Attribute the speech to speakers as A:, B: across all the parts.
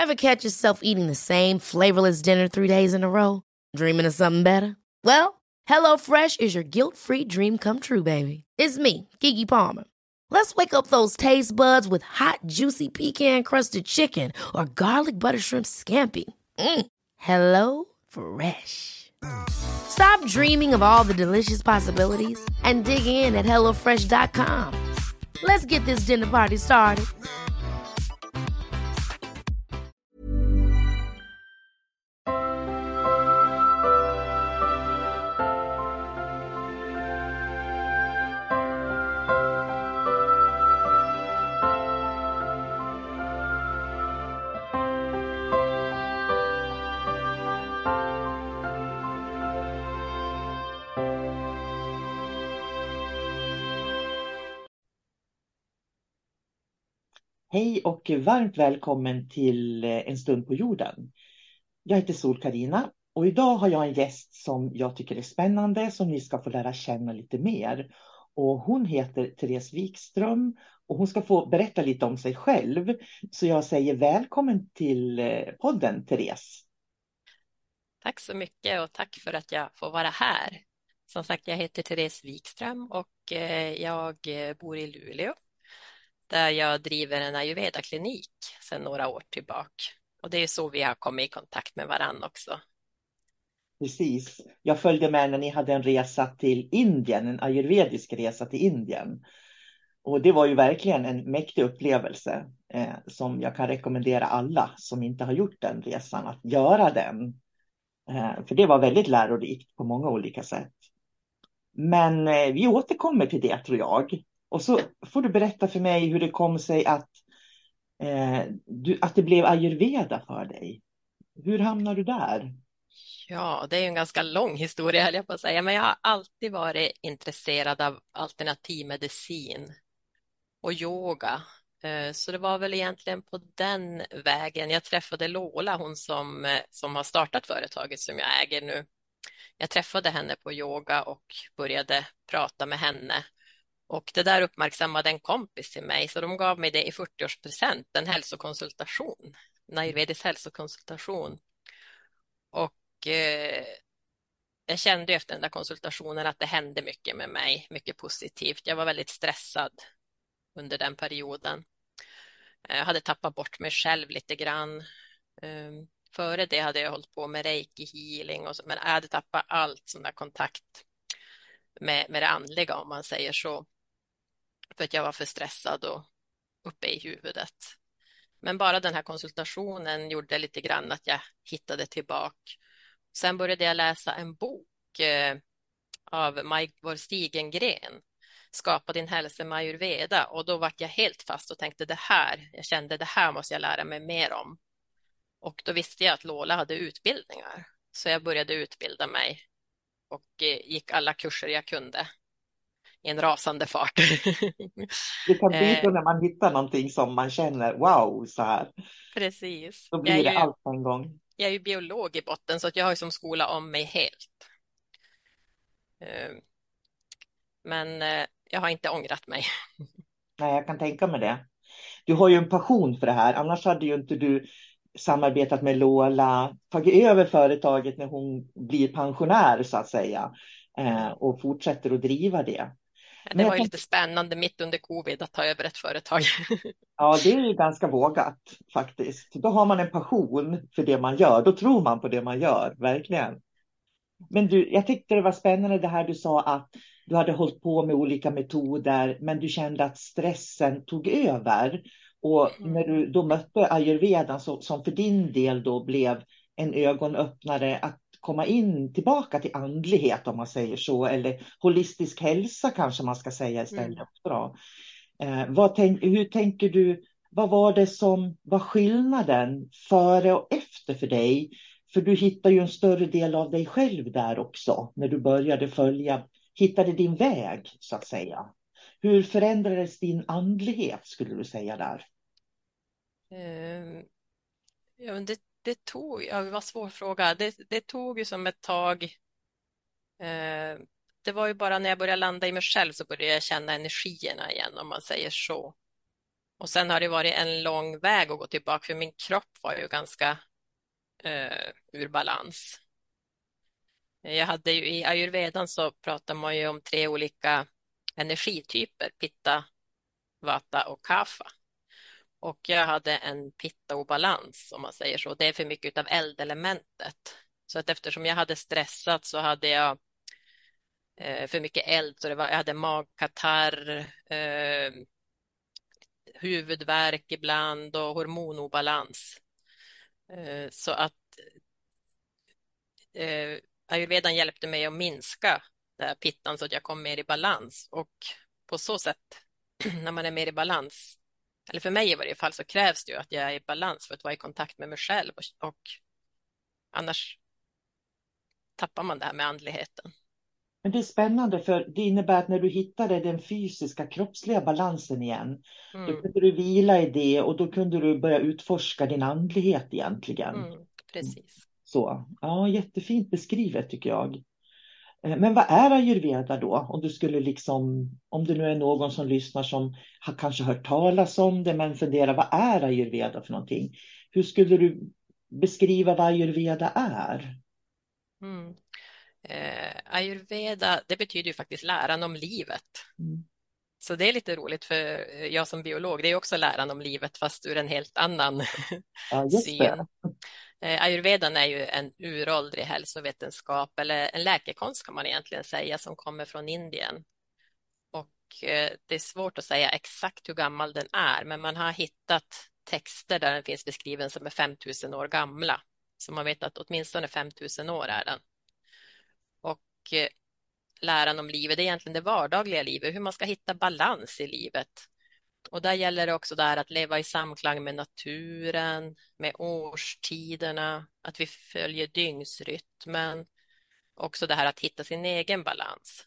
A: Ever catch yourself eating the same flavorless dinner 3 days in a row? Dreaming of something better? Well, HelloFresh is your guilt-free dream come true, baby. It's me, Keke Palmer. Let's wake up those taste buds with hot, juicy pecan-crusted chicken or garlic butter shrimp scampi. Hello Fresh. Stop dreaming of all the delicious possibilities and dig in at HelloFresh.com. Let's get this dinner party started.
B: Hej och varmt välkommen till En stund på jorden. Jag heter Sol-Carina och idag har jag en gäst som jag tycker är spännande som ni ska få lära känna lite mer. Och hon heter Therese Wikström och hon ska få berätta lite om sig själv. Så jag säger välkommen till podden, Therese.
C: Tack så mycket och tack för att jag får vara här. Som sagt, jag heter Therese Wikström och jag bor i Luleå där jag driver en ayurveda-klinik sedan några år tillbaka. Och det är så vi har kommit i kontakt med varann också.
B: Precis. Jag följde med när ni hade en resa till Indien, en ayurvedisk resa till Indien. Och det var ju verkligen en mäktig upplevelse som jag kan rekommendera alla som inte har gjort den resan att göra den. För det var väldigt lärorikt på många olika sätt. Men vi återkommer till det tror jag. Och så får du berätta för mig hur det kom sig att det blev ayurveda för dig. Hur hamnade du där?
C: Ja, det är ju en ganska lång historia höll jag på att säga. Men jag har alltid varit intresserad av alternativ medicin och yoga. Så det var väl egentligen på den vägen jag träffade Lola, hon som har startat företaget som jag äger nu. Jag träffade henne på yoga och började prata med henne. Och det där uppmärksammade en kompis till mig, så de gav mig det i 40-årspresent, en hälsokonsultation, en ayurvedisk hälsokonsultation. Och jag kände efter den där konsultationen att det hände mycket med mig, mycket positivt. Jag var väldigt stressad under den perioden. Jag hade tappat bort mig själv lite grann. Före det hade jag hållit på med reiki healing, men jag hade tappat allt sån där kontakt med det andliga om man säger så. För att jag var för stressad och uppe i huvudet. Men bara den här konsultationen gjorde lite grann att jag hittade tillbaka. Sen började jag läsa en bok av Majvor Stigengren, Skapa din hälsa med ayurveda. Och då var jag helt fast och tänkte jag kände det här måste jag lära mig mer om. Och då visste jag att Lola hade utbildningar. Så jag började utbilda mig och gick alla kurser jag kunde i en rasande fart.
B: Det kan bli så när man hittar någonting som man känner, wow, så här.
C: Precis.
B: Då blir det allt på en gång.
C: Jag är ju biolog i botten så att jag har ju som skola om mig helt. Men jag har inte ångrat mig.
B: Nej, jag kan tänka mig det. Du har ju en passion för det här. Annars hade ju inte du samarbetat med Lola, tagit över företaget när hon blir pensionär så att säga. Och fortsätter att driva det.
C: Det var ju lite spännande mitt under covid att ta över ett företag.
B: Ja, det är ju ganska vågat faktiskt. Då har man en passion för det man gör. Då tror man på det man gör, verkligen. Men jag tyckte det var spännande det här du sa att du hade hållit på med olika metoder men du kände att stressen tog över. Och när du då mötte ayurvedan som för din del då blev en ögonöppnare att komma in tillbaka till andlighet om man säger så. Eller holistisk hälsa kanske man ska säga istället. Bra. Hur tänker du, vad var det som var skillnaden före och efter för dig? För du hittar ju en större del av dig själv där också när du började hittade din väg så att säga. Hur förändrades din andlighet skulle du säga där?
C: Ja, men det var en svår fråga. Det tog ju som ett tag. Det var ju bara när jag började landa i mig själv så började jag känna energierna igen om man säger så. Och sen har det varit en lång väg att gå tillbaka för min kropp var ju ganska ur balans. Jag hade ju, i ayurvedan så pratar man ju om 3 olika energityper, pitta, vata och kapha. Och jag hade en pitta-obalans om man säger så. Det är för mycket av eldelementet. Så att eftersom jag hade stressat så hade jag för mycket eld. Så jag hade magkatarr, huvudvärk ibland och hormonobalans. Så att ayurvedan hjälpte mig att minska det här pittan så att jag kom mer i balans. Och på så sätt, när man är mer i balans, eller för mig i varje fall, så krävs det ju att jag är i balans för att vara i kontakt med mig själv och annars tappar man det här med andligheten.
B: Men det är spännande för det innebär att när du hittade den fysiska kroppsliga balansen igen, då
C: Mm,
B: kunde du vila i det och då kunde du börja utforska din andlighet egentligen.
C: precis.
B: Så, ja, jättefint beskrivet tycker jag. Men vad är ayurveda då? Om du skulle liksom, om det nu är någon som lyssnar som har kanske hört talas om det men funderar, vad är ayurveda för någonting? Hur skulle du beskriva vad ayurveda är?
C: Mm. Ayurveda, det betyder ju faktiskt läran om livet.
B: Mm.
C: Så det är lite roligt för jag som biolog, det är också läran om livet fast ur en helt annan
B: Ja, just det.
C: syn. Ayurvedan är ju en uråldrig hälsovetenskap eller en läkekonst kan man egentligen säga som kommer från Indien. Och det är svårt att säga exakt hur gammal den är men man har hittat texter där den finns beskriven som är 5000 år gamla. Så man vet att åtminstone 5000 år är den. Och läran om livet, det är egentligen det vardagliga livet, hur man ska hitta balans i livet. Och där gäller det också där att leva i samklang med naturen, med årstiderna, att vi följer dygnsrytmen. Också det här att hitta sin egen balans.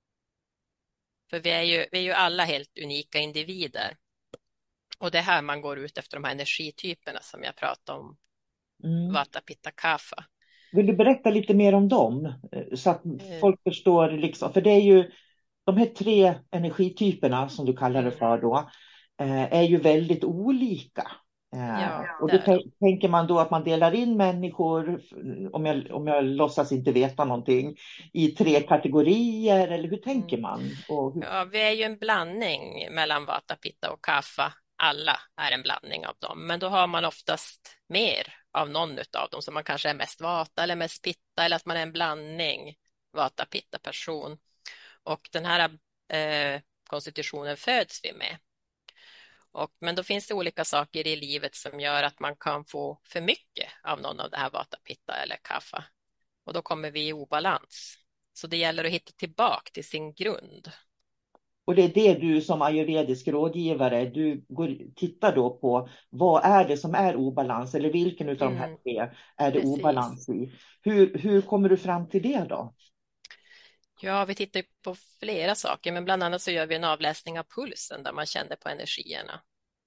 C: För vi är ju alla helt unika individer. Och det är här man går ut efter de här energityperna som jag pratade om,
B: Mm.
C: Vata, Pitta, Kapha.
B: Vill du berätta lite mer om dem? Så att
C: Eh,
B: folk förstår, liksom, för det är ju de här 3 energityperna som du kallar det
C: Mm.
B: för då, är ju väldigt olika.
C: Ja,
B: Och
C: det
B: då
C: är de.
B: tänker man då att man delar in människor, om jag låtsas inte veta någonting, i 3
C: Mm.
B: kategorier, eller hur tänker
C: Mm.
B: man? Och hur...
C: Ja, vi är ju en blandning mellan Vata, Pitta och Kapha. Alla är en blandning av dem, men då har man oftast mer av någon av dem, så man kanske är mest Vata eller mest Pitta eller att man är en blandning Vata, Pitta person. Och den här konstitutionen föds vi med. Men då finns det olika saker i livet som gör att man kan få för mycket av någon av det här Vata, Pitta eller Kapha. Och då kommer vi i obalans. Så det gäller att hitta tillbaka till sin grund.
B: Och det är det du som ayurvedisk rådgivare, tittar då på, vad är det som är obalans, eller vilken av de här
C: Mm,
B: 3 är det
C: precis.
B: obalans i? Hur kommer du fram till det då?
C: Ja, vi tittar ju på flera saker, men bland annat så gör vi en avläsning av pulsen där man känner på energierna.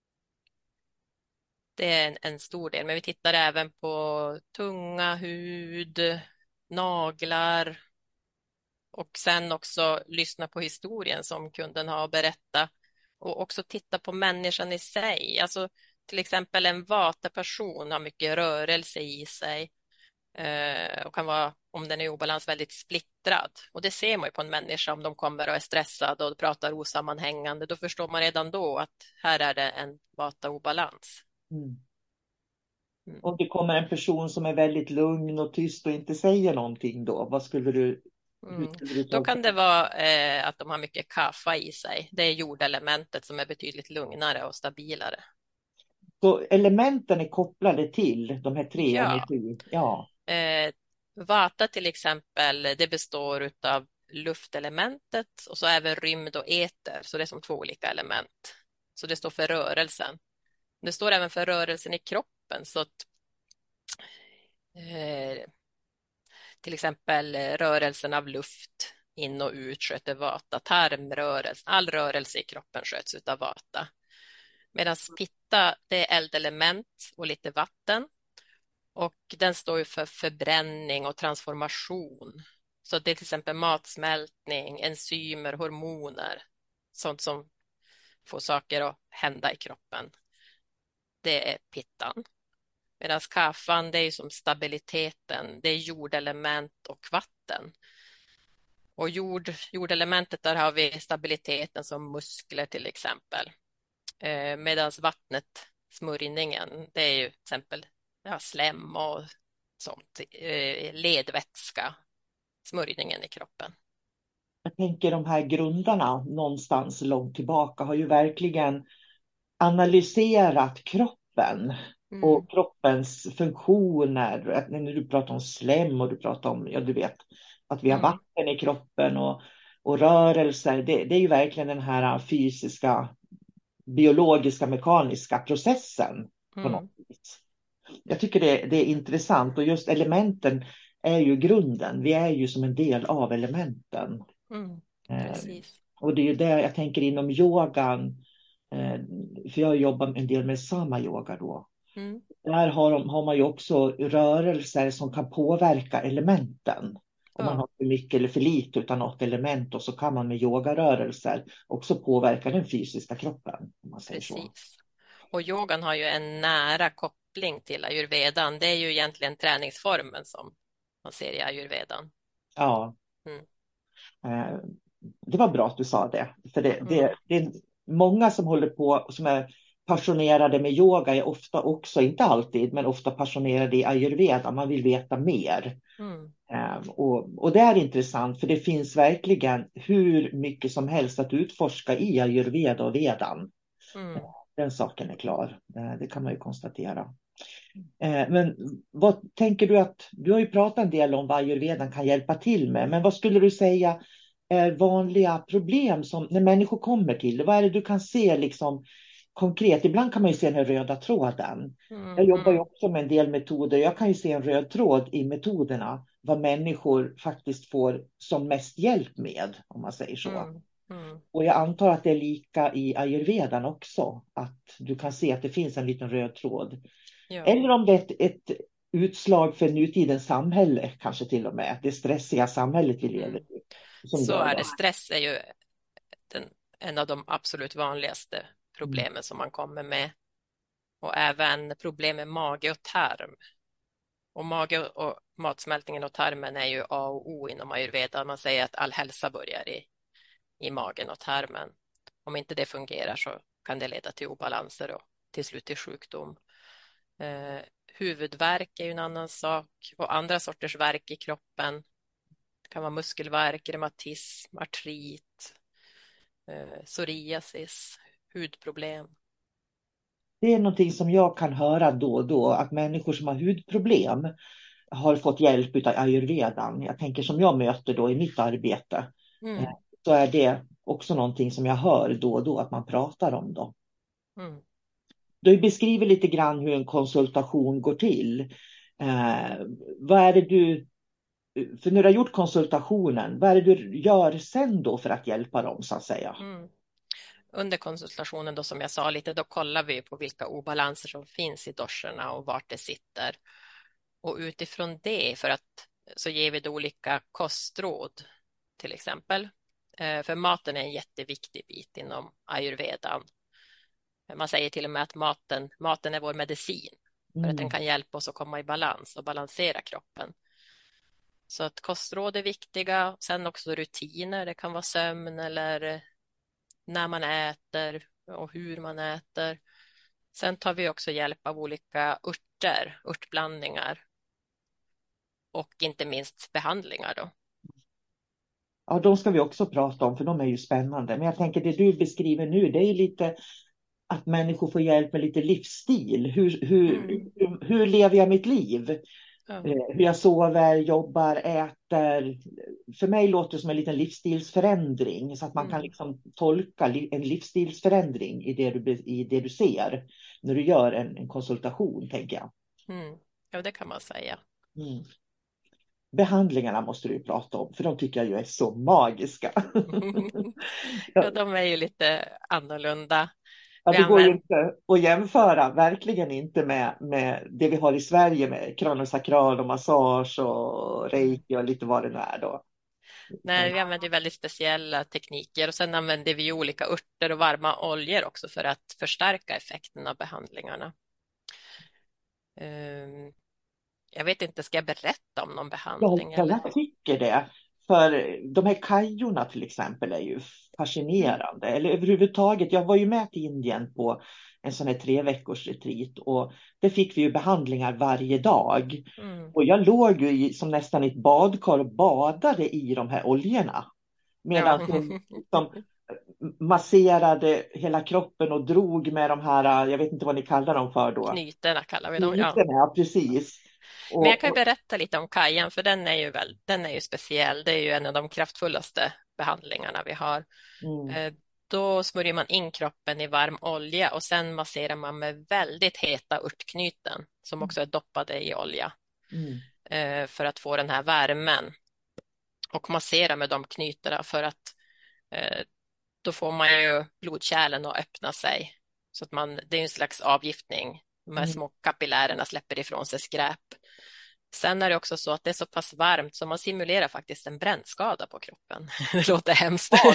C: Det är en stor del, men vi tittar även på tunga, hud, naglar och sen också lyssna på historien som kunden har att berätta och också titta på människan i sig. Alltså till exempel en vata-person har mycket rörelse i sig och kan vara, om den är i obalans, väldigt splittrad. Och det ser man ju på en människa om de kommer och är stressade och pratar osammanhängande. Då förstår man redan då att här är det en vata-obalans.
B: Mm.
C: Mm.
B: Om det kommer en person som är väldigt lugn och tyst och inte säger någonting då, hur
C: Mm.
B: skulle du
C: Då
B: tolka
C: kan det
B: det?
C: vara att de har mycket kaffa i sig. Det är jordelementet som är betydligt lugnare och stabilare.
B: Så elementen är kopplade till de här 3
C: Ja,
B: energi. Ja.
C: vata till exempel, det består av luftelementet och så även rymd och eter, så det är som 2 olika element. Så det står för rörelsen. Det står även för rörelsen i kroppen, så att eh, till exempel rörelsen av luft in och ut sköter vata, tarmrörelsen, all rörelse i kroppen sköts av vata. Medan pitta, det är eldelement och lite vatten. Och den står ju för förbränning och transformation. Så det är till exempel matsmältning, enzymer, hormoner, sånt som få saker att hända i kroppen. Det är pittan. Medan kaffan, det är ju som stabiliteten, det är jordelement och vatten. Och jordelementet, där har vi stabiliteten som muskler till exempel. Medan vattnet, smörjningen, det är ju till exempel slem och sånt, ledvätska, smörjningen i kroppen.
B: Jag tänker de här grundarna någonstans långt tillbaka har ju verkligen analyserat kroppen och kroppens funktioner. När du pratar om slem och du pratar om, ja du vet, att vi har vatten i kroppen och rörelser. Det är ju verkligen den här fysiska, biologiska, mekaniska processen på något vis. Jag tycker det är intressant, och just elementen är ju grunden. Vi är ju som en del av elementen.
C: Precis.
B: Och det är ju det jag tänker inom yogan, för jag jobbar en del med sama-yoga då. Där har man ju också rörelser som kan påverka elementen. Om man har för mycket eller för lite utan något element, och så kan man med yogarörelser också påverka den fysiska kroppen. Om man säger så.
C: Och yogan har ju en nära koppling till ayurvedan. Det är ju egentligen träningsformen som man ser i ayurvedan.
B: Ja. Det var bra att du sa det. För det är många som håller på, som är passionerade med yoga, är ofta också, inte alltid, men ofta passionerade i ayurveda. Man vill veta mer. Och det är intressant, för det finns verkligen hur mycket som helst att utforska i ayurveda och vedan. Den saken är klar. Det kan man ju konstatera. Men vad tänker du att, du har ju pratat en del om vad ayurvedan kan hjälpa till med, men vad skulle du säga är vanliga problem som när människor kommer till det? Vad är det du kan se liksom konkret? Ibland kan man ju se den röda tråden. Jag jobbar ju också med en del metoder. Jag kan ju se en röd tråd i metoderna, vad människor faktiskt får som mest hjälp med, om man säger så. Och jag antar att det är lika i ayurvedan också, att du kan se att det finns en liten röd tråd. Ja. Eller om det är ett utslag för nutidens samhälle, kanske till och med det stressiga samhället vi lever i.
C: Så är det. Stress är ju en av de absolut vanligaste problemen som man kommer med. Och även problem med mage och tarm. Och mage och matsmältningen och tarmen är ju A och O inom ayurveda. Man säger att all hälsa börjar i magen och tarmen. Om inte det fungerar så kan det leda till obalanser och till slut till sjukdom. Huvudvärk är ju en annan sak, och andra sorters värk i kroppen. Det kan vara muskelvärk, reumatism, artrit, psoriasis, hudproblem.
B: Det är någonting som jag kan höra då och då, att människor som har hudproblem har fått hjälp av ayurvedan. Jag tänker som jag möter då i mitt arbete. Så är det också någonting som jag hör då och då att man pratar om då. Du beskriver lite grann hur en konsultation går till. Vad är det för när du har gjort konsultationen, vad är det du gör sen då för att hjälpa dem, så att säga?
C: Under konsultationen då, som jag sa lite, då kollar vi på vilka obalanser som finns i doscherna och vart det sitter. Och utifrån det, så ger vi då olika kostråd till exempel. För maten är en jätteviktig bit inom ayurvedan. Man säger till och med att maten är vår medicin. För att den kan hjälpa oss att komma i balans och balansera kroppen. Så att kostråd är viktiga. Sen också rutiner. Det kan vara sömn eller när man äter och hur man äter. Sen tar vi också hjälp av olika örtblandningar. Och inte minst behandlingar då.
B: Ja, de ska vi också prata om, för de är ju spännande. Men jag tänker det du beskriver nu, det är ju lite att människor får hjälp med lite livsstil. Hur lever jag mitt liv? Hur jag sover, jobbar, äter. För mig låter det som en liten livsstilsförändring, så att man kan liksom tolka en livsstilsförändring i det du ser när du gör en konsultation, tänker jag.
C: Ja, det kan man säga.
B: Behandlingarna måste du prata om, för de tycker jag ju är så magiska.
C: Ja, de är ju lite annorlunda.
B: Ja, det går ju inte att jämföra, verkligen inte med det vi har i Sverige med kraniosakral och massage och reiki och lite vad det är då.
C: Nej, vi använder väldigt speciella tekniker och sen använder vi olika örter och varma oljor också för att förstärka effekten av behandlingarna. Ehm, Jag vet inte, ska jag berätta om någon
B: Ja,
C: behandling
B: ja,
C: eller?
B: jag tycker det. För de här kajorna till exempel är ju
C: Mm.
B: fascinerande. Eller överhuvudtaget, jag var ju med till Indien på en sån här 3 veckors retreat och där fick vi ju behandlingar varje dag.
C: Mm.
B: Och jag låg ju som nästan i ett badkar och badade i de här oljorna.
C: Ja.
B: Medan hon liksom masserade hela kroppen och drog med de här, jag vet inte vad ni kallar dem för då.
C: Knytena kallar vi dem, ja.
B: Knyten, ja precis.
C: Men jag kan ju
B: Och,
C: berätta lite om kajan, för den är ju speciell. Det är ju en av de kraftfullaste behandlingarna vi har.
B: mm,
C: Eh, Då smörjer man in kroppen i varm olja och sen masserar man med väldigt heta örtknyten som också är doppade i olja
B: mm,
C: för att få den här värmen och massera med de knytena för att eh, då får man ju blodkärlen att öppna sig så att det är en slags avgiftning. De här
B: mm.
C: små kapillärerna släpper ifrån sig skräp. Sen är det också så att det är så pass varmt så man simulerar faktiskt en brännskada på kroppen. Det låter hemskt.
B: Ja,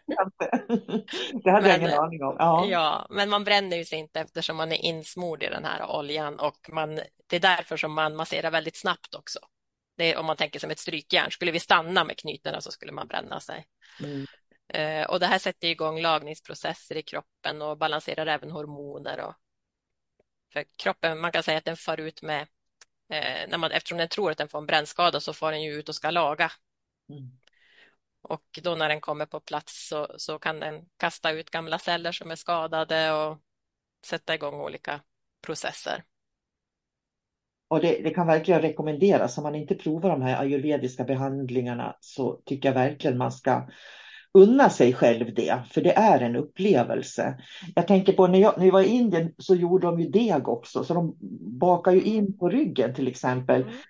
B: det hade jag
C: Men,
B: ingen aning om. Ja.
C: ja, men man bränner ju sig inte eftersom man är insmord i den här oljan och det är därför som man masserar väldigt snabbt också. Det är, om man tänker som ett strykjärn, skulle vi stanna med knytena så skulle man bränna sig.
B: Mm,
C: Och det här sätter igång lagningsprocesser i kroppen och balanserar även hormoner. För kroppen, man kan säga att den far ut med, eftersom den tror att den får en brännskada så far den ju ut och ska laga.
B: mm.
C: Och då när den kommer på plats så kan den kasta ut gamla celler som är skadade och sätta igång olika processer.
B: Och det kan verkligen rekommenderas. Om man inte provar de här ayurvediska behandlingarna så tycker jag verkligen man ska unna sig själv det. För det är en upplevelse. Jag tänker på när jag var i Indien så gjorde de ju deg också. Så de bakar ju
C: Mm.
B: in på ryggen till exempel.
C: Mm.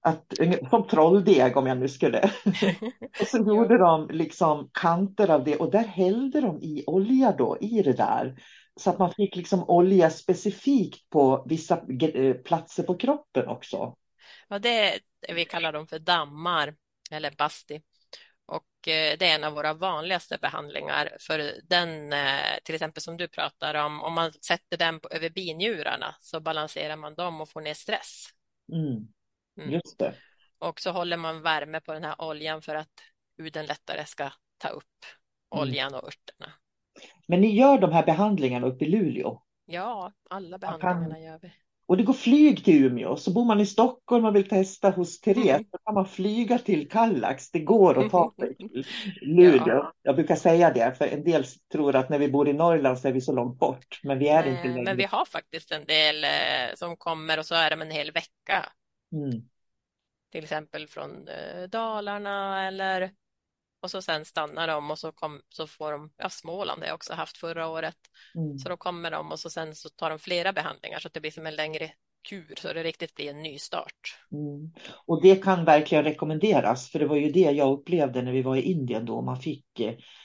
B: Som trolldeg om jag nu skulle. Och så
C: Jo.
B: gjorde de liksom kanter av det och där hällde de i olja då i det där. Så att man fick liksom olja specifikt på vissa platser på kroppen också.
C: Ja, vi kallar dem för dammar eller basti. Och det är en av våra vanligaste behandlingar för den, till exempel som du pratar om man sätter den över binjurarna så balanserar man dem och får ner stress.
B: Mm,
C: Mm.
B: just det.
C: Och så håller man värme på den här oljan för att huden lättare ska ta upp
B: Mm.
C: oljan och örterna.
B: Men ni gör de här behandlingarna uppe i Luleå.
C: Ja, alla
B: Man kan,
C: behandlingarna gör vi.
B: och det går flyg till Umeå. Så bor man i Stockholm och vill testa hos Therese så kan man flyga till Kallax. Det går att ta sig till
C: Ja,
B: Luleå. Jag brukar säga det för en del tror att när vi bor i Norrland så är vi så långt bort. Men vi är inte
C: nej, men
B: längre.
C: vi har faktiskt en del som kommer och så är de en hel vecka.
B: Mm.
C: Till exempel från Dalarna och så sen stannar de och så får de, ja Småland har jag också haft förra året. Så
B: Mm.
C: då kommer de och så sen så tar de flera behandlingar så att det blir som en längre kur så det riktigt blir en ny start.
B: Mm. Och det kan verkligen rekommenderas, för det var ju det jag upplevde när vi var i Indien då. Man fick,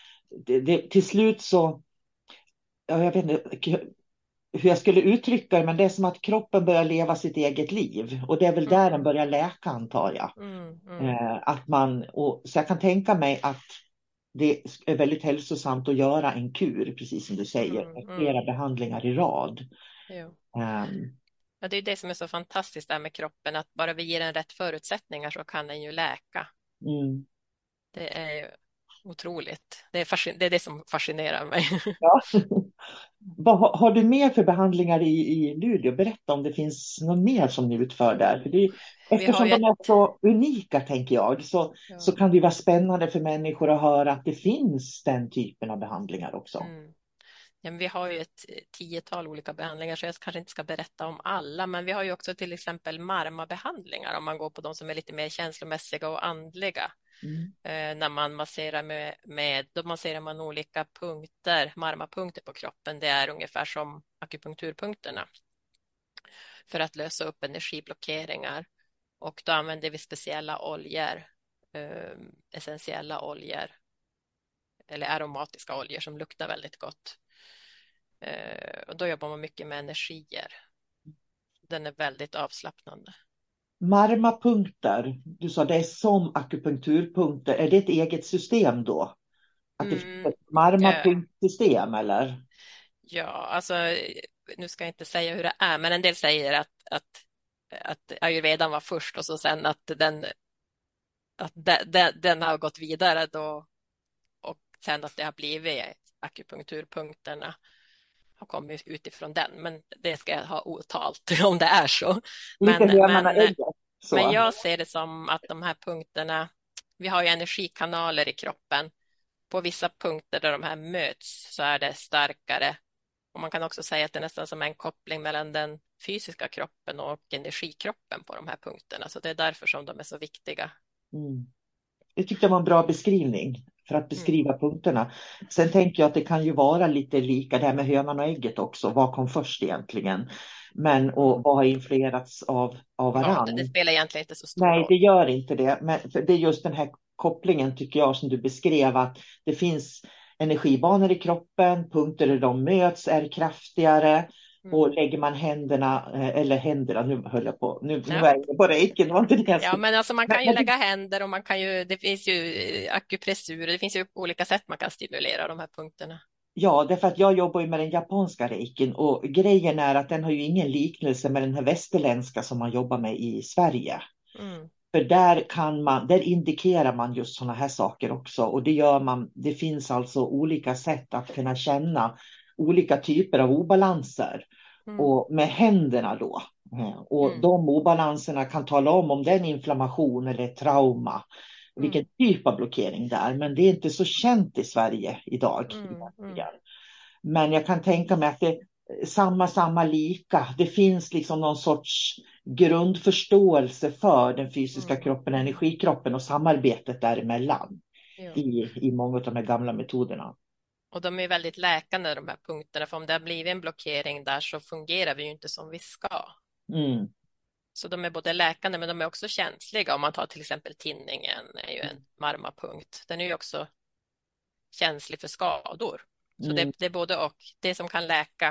B: till slut så, ja, jag vet inte hur jag skulle uttrycka det, men det är som att kroppen börjar leva sitt eget liv. Och det är väl där den
C: Mm,
B: börjar läka antar jag.
C: mm.
B: Så jag kan tänka mig att det är väldigt hälsosamt att göra en kur, precis som du säger,
C: Mm,
B: med
C: mm.
B: flera behandlingar i rad.
C: Jo.
B: Ehm,
C: Ja, det är det som är så fantastiskt där med kroppen, att bara vi ger den rätt förutsättningar så kan den ju läka.
B: mm.
C: Det är ju otroligt. Det är det som fascinerar mig.
B: Ja. Vad har du mer för behandlingar i Luleå? Berätta om det finns något mer som ni utför där. För
C: Vi har
B: eftersom
C: ju
B: de är så unika, tänker jag, så
C: ja.
B: kan det vara spännande för människor att höra att det finns den typen av behandlingar också.
C: Mm. Ja, men vi har ju ett 10-tal olika behandlingar så jag kanske inte ska berätta om alla, men vi har ju också till exempel marmabehandlingar om man går på de som är lite mer känslomässiga och andliga.
B: Mm.
C: När man masserar då masserar man olika punkter, marmapunkter på kroppen. Det är ungefär som akupunkturpunkterna för att lösa upp energiblockeringar. Och då använder vi speciella oljor, essentiella oljor eller aromatiska oljor som luktar väldigt gott. Och då jobbar man mycket med energier. Den är väldigt avslappnande.
B: Marmapunkter, du sa det är som akupunkturpunkter. Är det ett eget system då? Att det finns
C: Mm,
B: ett marmapunktsystem eller?
C: ja, alltså nu ska jag inte säga hur det är, men en del säger att ayurvedan var först och så sen den har gått vidare då och sen att det har blivit akupunkturpunkterna har kommit utifrån den. Men det ska jag ha otalt om det är så.
B: Lite
C: Men,
B: hönan och
C: men,
B: ägget.
C: men
B: Så.
C: jag ser det som att de här punkterna, vi har ju energikanaler i kroppen. På vissa punkter där de här möts så är det starkare. Och man kan också säga att det är nästan som en koppling mellan den fysiska kroppen och energikroppen på de här punkterna. Så det är därför som de är så viktiga.
B: Mm. Det tyckte jag var en bra beskrivning för att
C: Mm.
B: beskriva punkterna. Sen tänker jag att det kan ju vara lite lika det här med hönan och ägget också. Vad kom först egentligen? Men och vad har influerats av
C: Ja, det
B: varann?
C: spelar egentligen inte så stor
B: Nej,
C: roll.
B: det gör inte det. Men för det är just den här kopplingen tycker jag som du beskrev att det finns energibanor i kroppen, punkter där de möts är kraftigare. Och
C: Mm.
B: lägger man händerna, nu höll jag på, nu
C: Ja.
B: var jag inne på reikin, det var inte det jag
C: Ja,
B: skulle.
C: men alltså man kan ju
B: Men
C: lägga händer och man kan ju, det finns ju akupressurer, det finns ju olika sätt man kan stimulera de här punkterna.
B: ja, därför att jag jobbar ju med den japanska reikin och grejen är att den har ju ingen liknelse med den här västerländska som man jobbar med i Sverige.
C: Mm.
B: För där indikerar man just sådana här saker också och det gör man, det finns alltså olika sätt att kunna känna olika typer av obalanser
C: Mm.
B: och med händerna då. Och
C: Mm.
B: de obalanserna kan tala om det är en inflammation eller ett trauma. Vilken
C: Mm.
B: typ av blockering det är, men det är inte så känt i Sverige idag.
C: Mm. Mm.
B: Egentligen. Men jag kan tänka mig att det är samma lika. Det finns liksom någon sorts grundförståelse för den fysiska
C: Mm.
B: kroppen, energikroppen och samarbetet däremellan
C: Ja.
B: i många av de här gamla metoderna.
C: Och de är väldigt läkande de här punkterna, för om det har blivit en blockering där så fungerar vi ju inte som vi ska.
B: Mm.
C: Så de är både läkande men de är också känsliga. Om man tar till exempel tinningen är ju en marmapunkt. Den är ju också känslig för skador. Så
B: Mm.
C: det är både och. Det som kan läka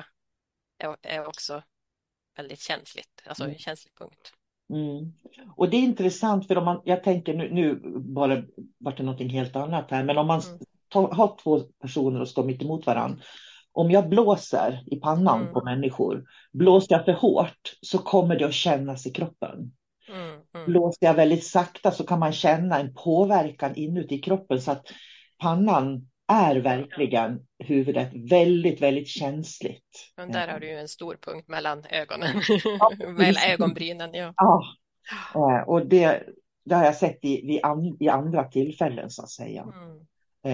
C: är också väldigt känsligt, alltså en känslig punkt.
B: Mm. Och det är intressant för om man, jag tänker nu bara vart det någonting helt annat här, men om man
C: Mm.
B: har två personer och står mitt emot varandra. Om jag blåser i pannan
C: Mm.
B: på människor,
C: Mm.
B: blåser jag för hårt så kommer det att kännas i kroppen.
C: Mm. Mm.
B: Blåser jag väldigt sakta så kan man känna en påverkan inuti kroppen så att pannan är verkligen huvudet väldigt, väldigt känsligt.
C: Men där har du ju en stor punkt mellan ögonen,
B: Ja,
C: mellan ögonbrynen. Ja.
B: ja, och det har jag sett i andra tillfällen så att säga.
C: Mm.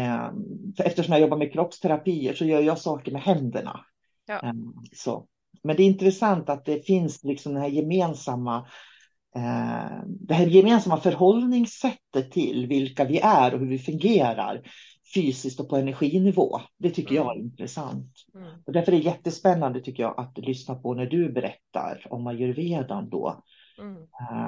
B: För eftersom jag jobbar med kroppsterapier så gör jag saker med händerna.
C: Ja.
B: Så. Men det är intressant att det finns liksom det här gemensamma förhållningssättet till vilka vi är och hur vi fungerar fysiskt och på energinivå. Det tycker jag är intressant.
C: Mm.
B: Och därför är det jättespännande tycker jag att lyssna på när du berättar om ayurvedan då.
C: Mm.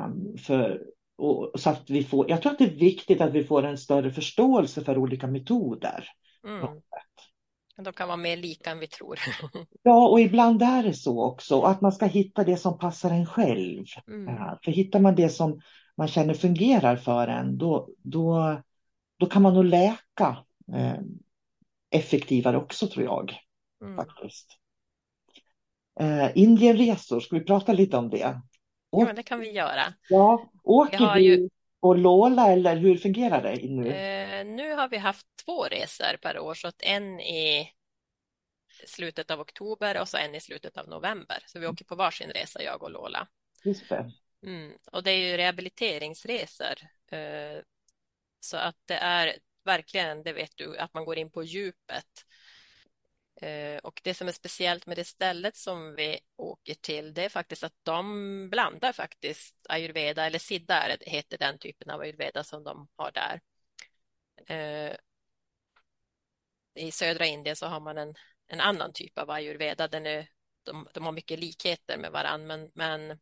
B: Så att jag tror att det är viktigt att vi får en större förståelse för olika metoder.
C: Mm. De kan vara mer lika än vi tror.
B: Ja, och ibland är det så också. Att man ska hitta det som passar en själv.
C: Mm.
B: För hittar man det som man känner fungerar för en, då kan man nog läka effektivare också tror jag.
C: Mm.
B: Faktiskt. Indienresor, ska vi prata lite om det?
C: Ja, men det kan vi göra.
B: Ja,
C: Vi
B: åker
C: har ju,
B: du och Lola eller hur fungerar det nu?
C: nu har vi haft 2 resor per år, så att en i slutet av oktober och så en i slutet av november. Så vi åker på varsin resa, jag och Lola.
B: Just det.
C: Och det är ju rehabiliteringsresor. Så att det är verkligen, det vet du, att man går in på djupet. Och det som är speciellt med det stället som vi åker till, det är faktiskt att de blandar faktiskt ayurveda, eller siddha heter den typen av ayurveda som de har där. I södra Indien så har man en annan typ av ayurveda. De har mycket likheter med varann, men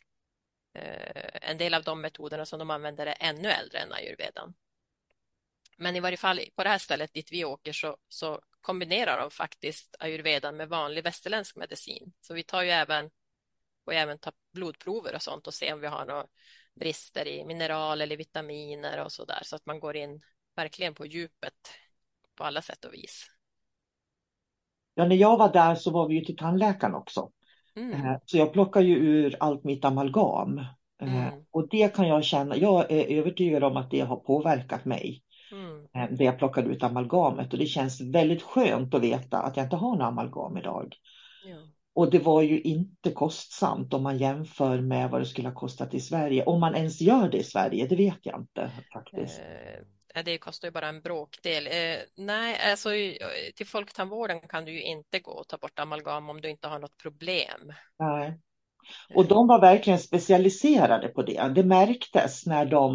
C: en del av de metoderna som de använder är ännu äldre än ayurvedan. Men i varje fall på det här stället dit vi åker så kombinerar de faktiskt ayurvedan med vanlig västerländsk medicin. Så vi tar ju även får jag även ta blodprover och sånt och se om vi har några brister i mineral eller vitaminer och så där, så att man går in verkligen på djupet på alla sätt och vis.
B: Ja, när jag var där så var vi ju till tandläkaren också.
C: Mm,
B: Så jag plockar ju ur allt mitt amalgam.
C: mm,
B: Och det kan jag känna, jag är övertygad om att det har påverkat mig.
C: mm,
B: Det jag plockade ut amalgamet. Och det känns väldigt skönt att veta att jag inte har någon amalgam idag.
C: ja.
B: Och det var ju inte kostsamt om man jämför med vad det skulle ha kostat i Sverige. Om man ens gör det i Sverige, det vet jag inte faktiskt.
C: Det kostar ju bara en bråkdel. Nej, alltså till folktandvården kan du ju inte gå och ta bort amalgam om du inte har något problem.
B: Nej. Och
C: Eh,
B: de var verkligen specialiserade på det. Det märktes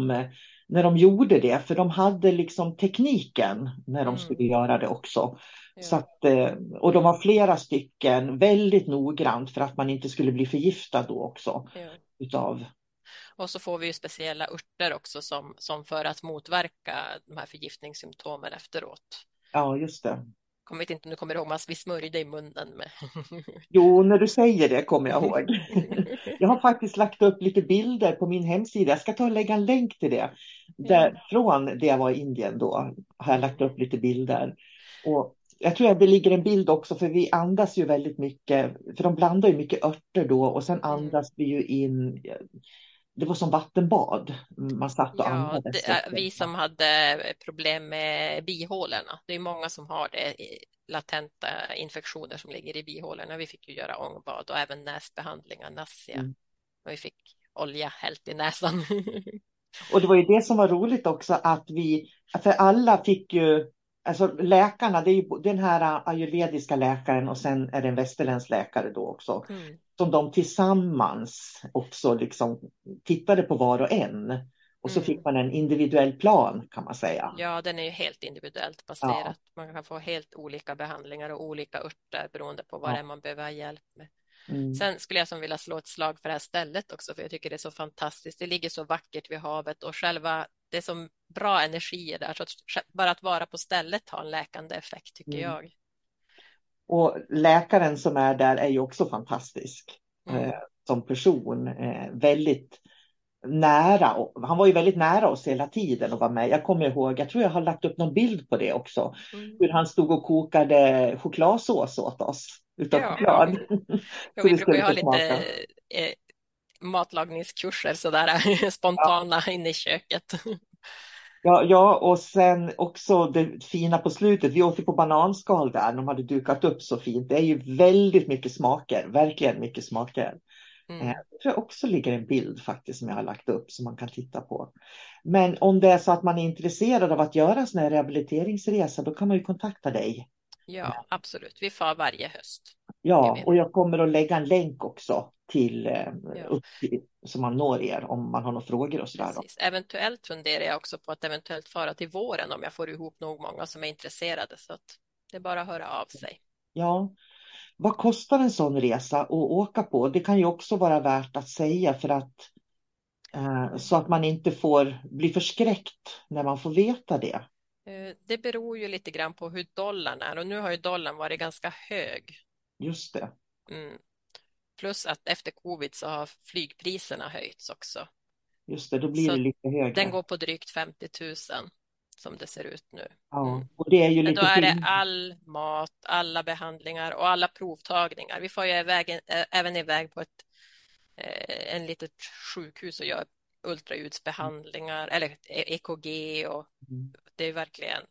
B: när de gjorde det. För de hade liksom tekniken när de skulle
C: Mm,
B: göra det också. Så
C: ja,
B: att, och de var flera stycken väldigt noggrant för att man inte skulle bli förgiftad då också.
C: ja.
B: Utav,
C: Och så får vi ju speciella örter också som för att motverka de här förgiftningssymptomen efteråt.
B: ja, just det.
C: Nu kommer jag ihåg, vi smörjde i munnen med.
B: Jo, när du säger det kommer jag ihåg. Jag har faktiskt lagt upp lite bilder på min hemsida. Jag ska ta och lägga en länk till det.
C: Ja.
B: Från det jag var i Indien då har jag lagt upp lite bilder. Och jag tror att det ligger en bild också, för vi andas ju väldigt mycket. För de blandar ju mycket örter då och sen
C: Mm.
B: andas vi ju in. Det var som vattenbad. Man satt och
C: Ja,
B: andades.
C: vi som hade problem med bihålorna. Det är många som har det, latenta infektioner som ligger i bihålorna. Vi fick ju göra ångbad och även näsbehandlingar, nasia.
B: Mm.
C: Och vi fick olja hällt i näsan.
B: Och det var ju det som var roligt också, att för alla fick ju, alltså läkarna, det är ju den här ayurvediska läkaren och sen är det en västerländsk läkare då också,
C: Mm.
B: som de tillsammans också liksom tittade på var och en. Och så fick
C: Mm.
B: man en individuell plan kan man säga.
C: Ja, den är ju helt individuellt
B: Ja,
C: baserat. Man kan få helt olika behandlingar och olika örter beroende på vad det är
B: ja.
C: man behöver ha hjälp med.
B: Mm,
C: Sen skulle jag som vilja slå ett slag för det här stället också, för jag tycker det är så fantastiskt. Det ligger så vackert vid havet och det är så bra energier där, så att bara att vara på stället har en läkande effekt tycker
B: mm.
C: jag.
B: Och läkaren som är där är ju också fantastisk
C: Mm.
B: som person. Väldigt nära. Han var ju väldigt nära oss hela tiden och var med. Jag kommer ihåg, jag tror jag har lagt upp någon bild på det också.
C: Mm.
B: Hur han stod och kokade chokladsås åt oss. Utav
C: Ja.
B: choklad.
C: Ja,
B: Så
C: vi
B: det
C: brukar ju
B: skulle
C: ha
B: få
C: lite
B: smaka.
C: matlagningskurser sådär spontana inne i köket.
B: Ja, ja, och sen också det fina på slutet. Vi åt ju på bananskal där. De hade dukat upp så fint. Det är ju väldigt mycket smaker. Verkligen mycket smaker.
C: Mm.
B: Jag tror också ligger en bild faktiskt som jag har lagt upp som man kan titta på. Men om det är så att man är intresserad av att göra en sån här rehabiliteringsresa, då kan man ju kontakta dig.
C: Ja, absolut. Vi far varje höst. Det
B: Ja,
C: vill.
B: och jag kommer att lägga en länk också till,
C: Ja,
B: så man når er om man har några frågor och sådär då.
C: precis. Eventuellt funderar jag också på att eventuellt fara till våren om jag får ihop nog många som är intresserade. Så att det är bara att höra av sig.
B: Ja, vad kostar en sån resa att åka på? Det kan ju också vara värt att säga för att så att man inte får bli förskräckt när man får veta det.
C: Det beror ju lite grann på hur dollarn är och nu har ju dollarn varit ganska hög.
B: Just det,
C: Mm. Plus att efter covid så har flygpriserna höjts också.
B: just det, då blir det
C: Så
B: lite
C: den
B: högre.
C: går på drygt 50 000 som det ser ut nu.
B: Ja,
C: Mm.
B: och det är ju
C: Men då
B: lite
C: är det
B: skillnad.
C: all mat, alla behandlingar och alla provtagningar. Vi får ju även iväg på en litet sjukhus och gör ultraljudsbehandlingar eller EKG och det är verkligen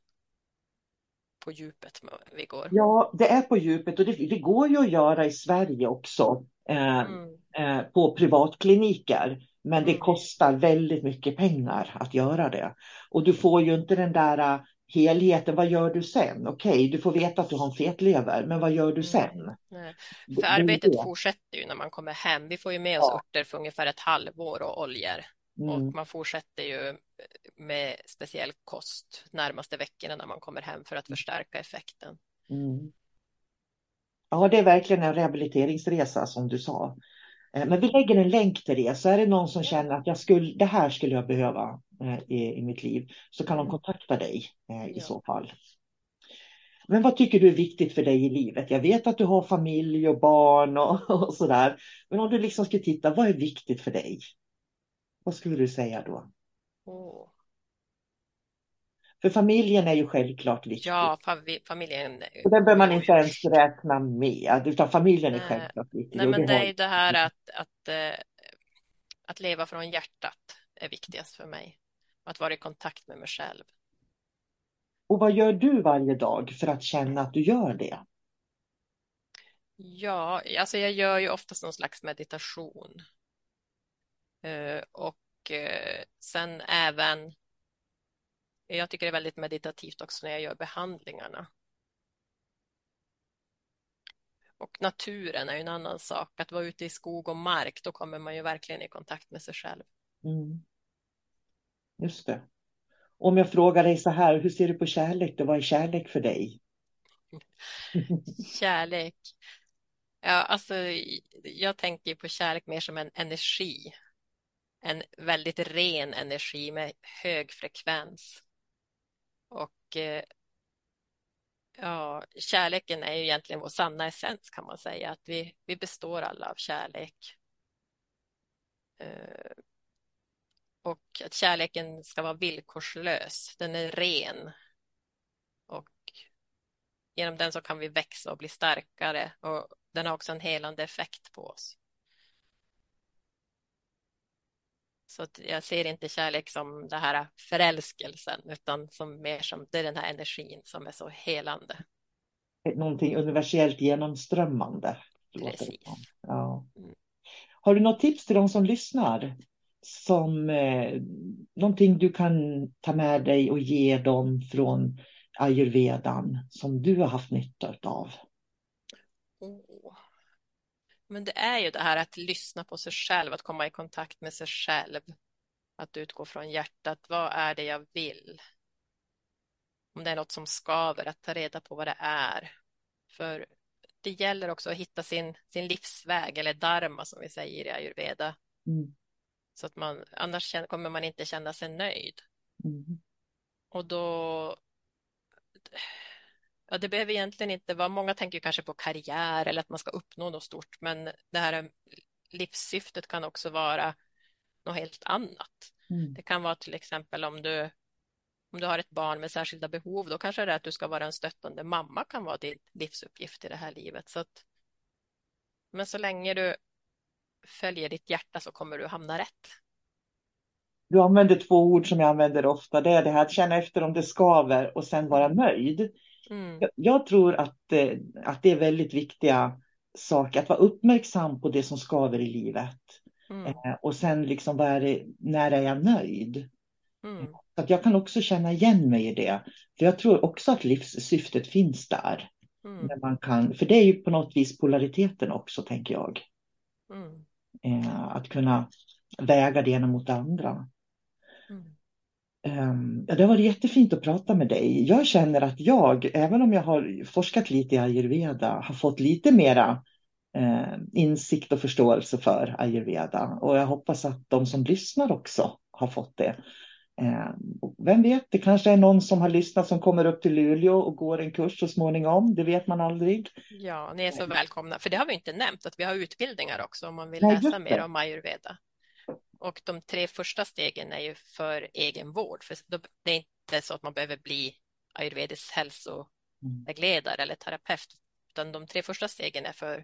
C: på djupet vi går.
B: Ja, det är på djupet och det går ju att göra i Sverige också
C: Mm,
B: på privatkliniker. Men det
C: mm,
B: kostar väldigt mycket pengar att göra det. Och du får ju inte den där helheten. Vad gör du sen? Okej, du får veta att du har en fetlever, men vad gör du
C: mm.
B: sen?
C: Nej. För
B: Det är ju
C: arbetet
B: det.
C: fortsätter ju när man kommer hem. Vi får ju med oss
B: Ja.
C: örter för ungefär ett halvår och oljor. Och
B: Mm,
C: man fortsätter ju med speciell kost närmaste veckorna när man kommer hem för att förstärka effekten.
B: mm. Ja, det är verkligen en rehabiliteringsresa som du sa. Men vi lägger en länk till det. Så är det någon som
C: Ja.
B: känner att det här skulle jag behöva i mitt liv, så kan de
C: Mm.
B: kontakta dig i
C: Ja.
B: så fall. Men vad tycker du är viktigt för dig i livet? Jag vet att du har familj och barn och sådär. Men om du liksom ska titta, vad är viktigt för dig? Vad skulle du säga då?
C: Åh.
B: För familjen är ju självklart viktig.
C: Ja, familjen.
B: Och den bör
C: Oj,
B: man
C: oj,
B: inte
C: oj.
B: ens räkna med. Utan familjen är
C: Nej,
B: självklart viktig.
C: nej,
B: Och
C: men
B: det
C: det är
B: har...
C: ju det här att leva från hjärtat är viktigast för mig. Att vara i kontakt med mig själv.
B: Och vad gör du varje dag för att känna att du gör det?
C: Ja, alltså jag gör ju oftast någon slags meditation. Och sen även, jag tycker det är väldigt meditativt också när jag gör behandlingarna. Och naturen är ju en annan sak. Att vara ute i skog och mark, då kommer man ju verkligen i kontakt med sig själv.
B: Mm, just det. Om jag frågar dig så här, hur ser du på kärlek då? Vad är kärlek för dig?
C: Kärlek. Ja, alltså jag tänker på kärlek mer som en energi. En väldigt ren energi med hög frekvens. Och ja, kärleken är ju egentligen vår sanna essens kan man säga. Att vi består alla av kärlek. Eh, och att kärleken ska vara villkorslös. Den är ren. Och genom den så kan vi växa och bli starkare. Och den har också en helande effekt på oss. Så att jag ser inte kärlek som det här förälskelsen utan som mer som det är den här energin som är så helande.
B: Någonting universellt genomströmmande. Låter det som.
C: Precis.
B: Ja.
C: Mm.
B: Har du något tips till de som lyssnar? Som någonting du kan ta med dig och ge dem från ayurvedan som du har haft nytta av?
C: Oh. Men det är ju det här att lyssna på sig själv, att komma i kontakt med sig själv. Att utgå från hjärtat. Vad är det jag vill? Om det är något som skaver, att ta reda på vad det är. För det gäller också att hitta sin livsväg eller dharma som vi säger i ayurveda.
B: Mm.
C: Så att annars kommer man inte känna sig nöjd.
B: Mm.
C: Och då, ja det behöver egentligen inte vara, många tänker ju kanske på karriär eller att man ska uppnå något stort, men det här livssyftet kan också vara något helt annat.
B: Mm.
C: Det kan vara till exempel om du har ett barn med särskilda behov, då kanske det är att du ska vara en stöttande mamma kan vara din livsuppgift i det här livet. Men så länge du följer ditt hjärta så kommer du hamna rätt.
B: Du använder två ord som jag använder ofta. Det är det här att känna efter om det skaver och sen vara nöjd.
C: Mm,
B: Jag tror att det är väldigt viktiga saker. Att vara uppmärksam på det som skaver i livet.
C: mm,
B: Och sen liksom, när är jag nöjd?
C: mm,
B: Så att jag kan också känna igen mig i det. För jag tror också att livssyftet finns där.
C: mm,
B: När man kan, för det är ju på något vis polariteten också, tänker jag.
C: mm,
B: Att kunna väga det ena mot det andra.
C: mm.
B: Ja, det har varit jättefint att prata med dig. Jag känner att även om jag har forskat lite i ayurveda, har fått lite mera insikt och förståelse för ayurveda. Och jag hoppas att de som lyssnar också har fått det. Vem vet, det kanske är någon som har lyssnat som kommer upp till Luleå och går en kurs så småningom. Det vet man aldrig.
C: Ja, ni är så välkomna. För det har vi inte nämnt, att vi har utbildningar också om man vill
B: Nej,
C: läsa
B: just
C: mer
B: det.
C: om ayurveda. Och de 3 första stegen är ju för egenvård. För det är inte så att man behöver bli ayurvedisk hälsovägledare eller terapeut. Utan de 3 första stegen är för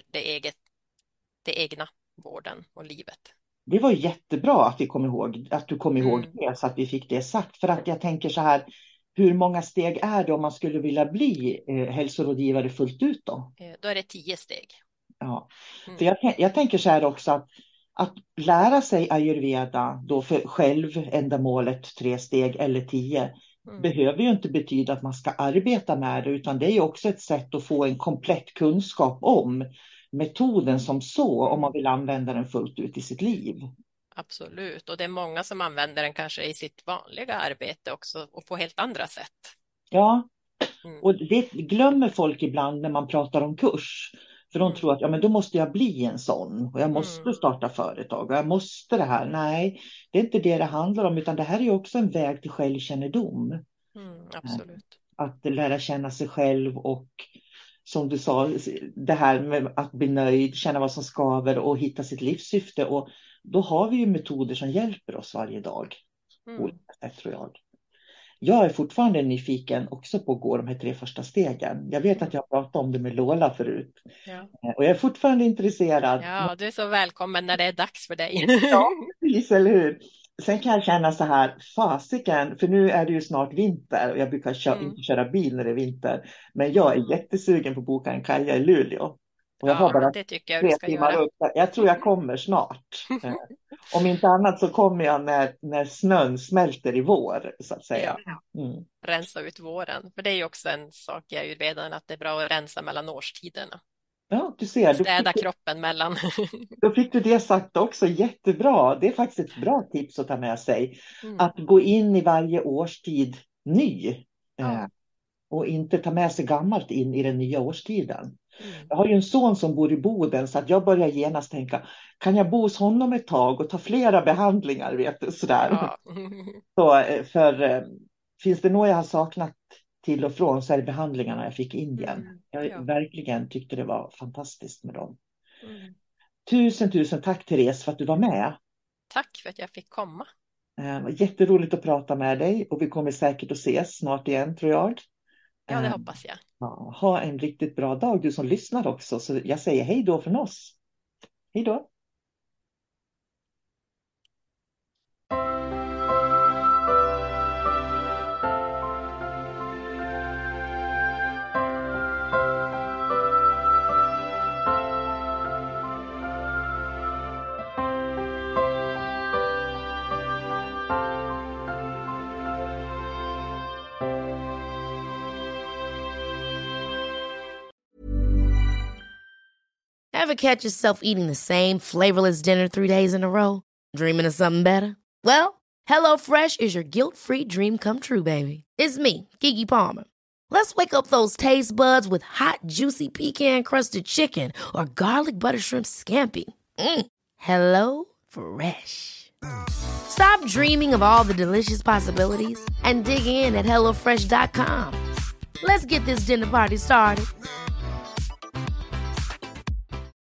C: det egna vården och livet.
B: Det var jättebra att du kom ihåg det, så att vi fick det sagt. För att jag tänker så här, hur många steg är det om man skulle vilja bli hälsorådgivare fullt ut då?
C: Då är det 10 steg.
B: Ja,
C: Mm.
B: för jag tänker så här också att lära sig ayurveda då för självändamålet 3 steg eller 10 behöver ju inte betyda att man ska arbeta med det, utan det är ju också ett sätt att få en komplett kunskap om metoden som så, om man vill använda den fullt ut i sitt liv.
C: Absolut, och det är många som använder den kanske i sitt vanliga arbete också och på helt andra sätt.
B: Ja, och det glömmer folk ibland när man pratar om kurs. För de tror att ja, men då måste jag bli en sån och jag måste starta företag och jag måste det här. Nej, det är inte det handlar om, utan det här är ju också en väg till självkännedom.
C: Absolut.
B: att lära känna sig själv och som du sa, det här med att bli nöjd, känna vad som skaver och hitta sitt livssyfte. Och då har vi ju metoder som hjälper oss varje dag. Tror jag. Jag är fortfarande nyfiken också på att gå de här 3 första stegen. Jag vet att jag pratade om det med Lola förut.
C: Ja.
B: Och jag är fortfarande intresserad.
C: Ja, du är så välkommen när det är dags för dig.
B: Ja, precis, eller hur? Sen kan jag känna så här, fasiken, för nu är det ju snart vinter och jag brukar inte köra bil när det är vinter. Men jag är jättesugen på att boka en kaja i Luleå. Och jag har bara
C: det tycker jag
B: 3
C: du ska
B: timmar
C: göra.
B: upp. Jag tror jag kommer snart. Om inte annat så kommer jag när snön smälter i vår, så att säga.
C: Rensa ut våren. För det är ju också en sak i ayurvedan, att det är bra att rensa mellan årstiderna.
B: Ja, du ser.
C: Städa kroppen mellan.
B: Då fick du det sagt också, jättebra. Det är faktiskt ett bra tips att ta med sig. Att gå in i varje årstid ny. Och inte ta med sig gammalt in i den nya årstiden. Jag har ju en son som bor i Boden, så att jag börjar genast tänka, kan jag bo hos honom ett tag och ta flera behandlingar, vet du, sådär.
C: Ja.
B: Så, för finns det något jag har saknat till och från så är det behandlingarna jag fick i Indien. Jag verkligen tyckte det var fantastiskt med dem. Tusen tack Therese för att du var med.
C: Tack för att jag fick komma.
B: Det var jätteroligt att prata med dig och vi kommer säkert att ses snart igen, tror jag.
C: Ja, det hoppas jag.
B: Ja, ha en riktigt bra dag, du som lyssnar också. Så jag säger hej då från oss. Hej då.
A: Ever catch yourself eating the same flavorless dinner 3 days in a row? Dreaming of something better? Well, HelloFresh is your guilt-free dream come true, baby. It's me, Keke Palmer. Let's wake up those taste buds with hot, juicy pecan-crusted chicken or garlic butter shrimp scampi. Hello Fresh. Stop dreaming of all the delicious possibilities and dig in at HelloFresh.com. Let's get this dinner party started.